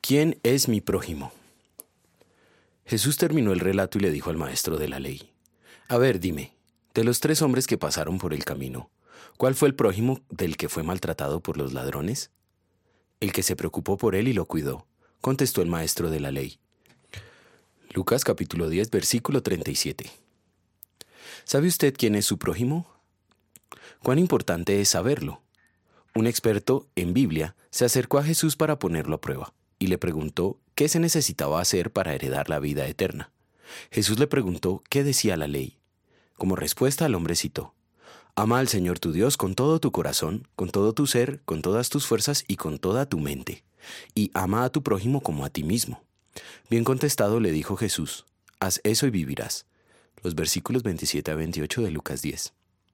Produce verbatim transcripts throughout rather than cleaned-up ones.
¿Quién es mi prójimo? Jesús terminó el relato y le dijo al maestro de la ley: A ver, dime, de los tres hombres que pasaron por el camino, ¿cuál fue el prójimo del que fue maltratado por los ladrones? El que se preocupó por él y lo cuidó, contestó el maestro de la ley. Lucas capítulo diez, versículo treinta y siete. ¿Sabe usted quién es su prójimo? ¿Cuán importante es saberlo? Un experto en Biblia se acercó a Jesús para ponerlo a prueba y le preguntó qué se necesitaba hacer para heredar la vida eterna. Jesús le preguntó qué decía la ley. Como respuesta, el hombre citó: Ama al Señor tu Dios con todo tu corazón, con todo tu ser, con todas tus fuerzas y con toda tu mente, y ama a tu prójimo como a ti mismo. Bien contestado, le dijo Jesús: Haz eso y vivirás. Los versículos veintisiete a veintiocho de Lucas diez.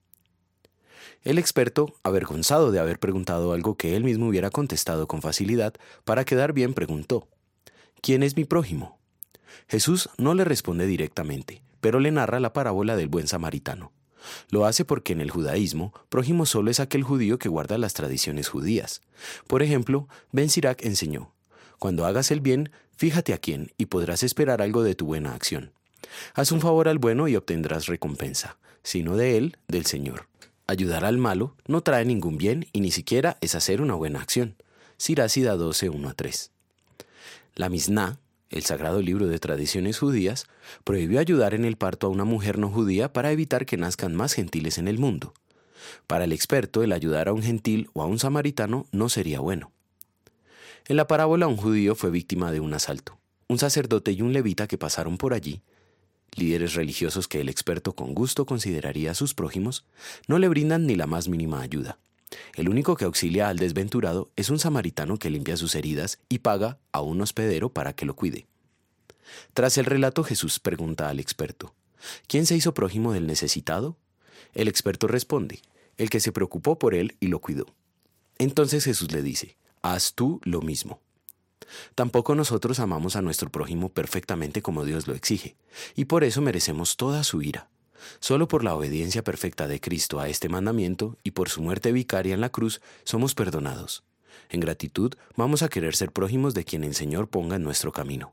El experto, avergonzado de haber preguntado algo que él mismo hubiera contestado con facilidad, para quedar bien preguntó: ¿Quién es mi prójimo? Jesús no le responde directamente, pero le narra la parábola del buen samaritano. Lo hace porque en el judaísmo, prójimo solo es aquel judío que guarda las tradiciones judías. Por ejemplo, Ben Sirac enseñó: Cuando hagas el bien, fíjate a quién y podrás esperar algo de tu buena acción. Haz un favor al bueno y obtendrás recompensa, sino de él, del Señor. Ayudar al malo no trae ningún bien y ni siquiera es hacer una buena acción. Siracida doce, uno a tres. La Misná, el sagrado libro de tradiciones judías, prohibió ayudar en el parto a una mujer no judía para evitar que nazcan más gentiles en el mundo. Para el experto, el ayudar a un gentil o a un samaritano no sería bueno. En la parábola, un judío fue víctima de un asalto. Un sacerdote y un levita que pasaron por allí, líderes religiosos que el experto con gusto consideraría sus prójimos, no le brindan ni la más mínima ayuda. El único que auxilia al desventurado es un samaritano que limpia sus heridas y paga a un hospedero para que lo cuide. Tras el relato, Jesús pregunta al experto: ¿Quién se hizo prójimo del necesitado? El experto responde: el que se preocupó por él y lo cuidó. Entonces Jesús le dice: haz tú lo mismo. Tampoco nosotros amamos a nuestro prójimo perfectamente como Dios lo exige, y por eso merecemos toda su ira. Solo por la obediencia perfecta de Cristo a este mandamiento y por su muerte vicaria en la cruz somos perdonados. En gratitud vamos a querer ser prójimos de quien el Señor ponga en nuestro camino.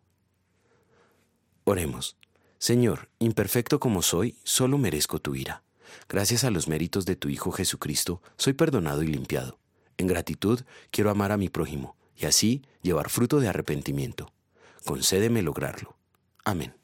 Oremos. Señor, imperfecto como soy, solo merezco tu ira. Gracias a los méritos de tu Hijo Jesucristo, soy perdonado y limpiado. En gratitud quiero amar a mi prójimo y así llevar fruto de arrepentimiento. Concédeme lograrlo. Amén.